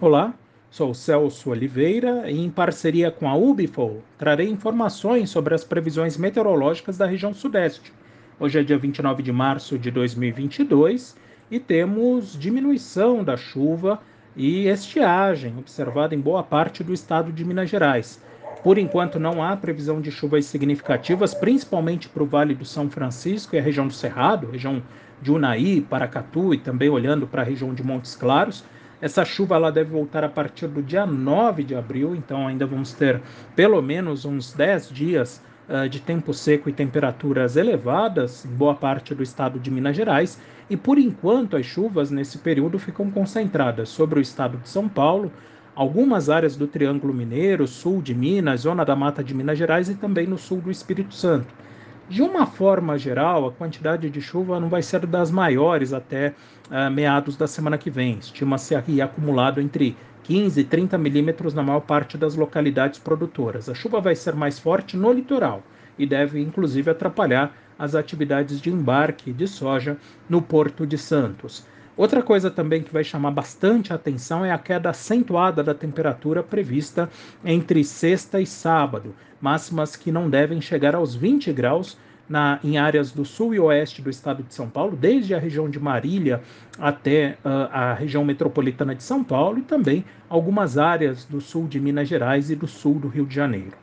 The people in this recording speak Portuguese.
Olá, sou o Celso Oliveira e, em parceria com a Ubifol, trarei informações sobre as previsões meteorológicas da região Sudeste. Hoje é dia 29 de março de 2022 e temos diminuição da chuva e estiagem observada em boa parte do estado de Minas Gerais. Por enquanto, não há previsão de chuvas significativas, principalmente para o Vale do São Francisco e a região do Cerrado, região de Unai, Paracatu e também olhando para a região de Montes Claros. Essa chuva ela deve voltar a partir do dia 9 de abril, então ainda vamos ter pelo menos uns 10 dias de tempo seco e temperaturas elevadas em boa parte do estado de Minas Gerais. E por enquanto as chuvas nesse período ficam concentradas sobre o estado de São Paulo, algumas áreas do Triângulo Mineiro, sul de Minas, zona da Mata de Minas Gerais e também no sul do Espírito Santo. De uma forma geral, a quantidade de chuva não vai ser das maiores até meados da semana que vem. Estima-se aqui acumulado entre 15 e 30 milímetros na maior parte das localidades produtoras. A chuva vai ser mais forte no litoral e deve, inclusive, atrapalhar as atividades de embarque de soja no Porto de Santos. Outra coisa também que vai chamar bastante atenção é a queda acentuada da temperatura prevista entre sexta e sábado, máximas que não devem chegar aos 20 graus em áreas do sul e oeste do estado de São Paulo, desde a região de Marília até a região metropolitana de São Paulo e também algumas áreas do sul de Minas Gerais e do sul do Rio de Janeiro.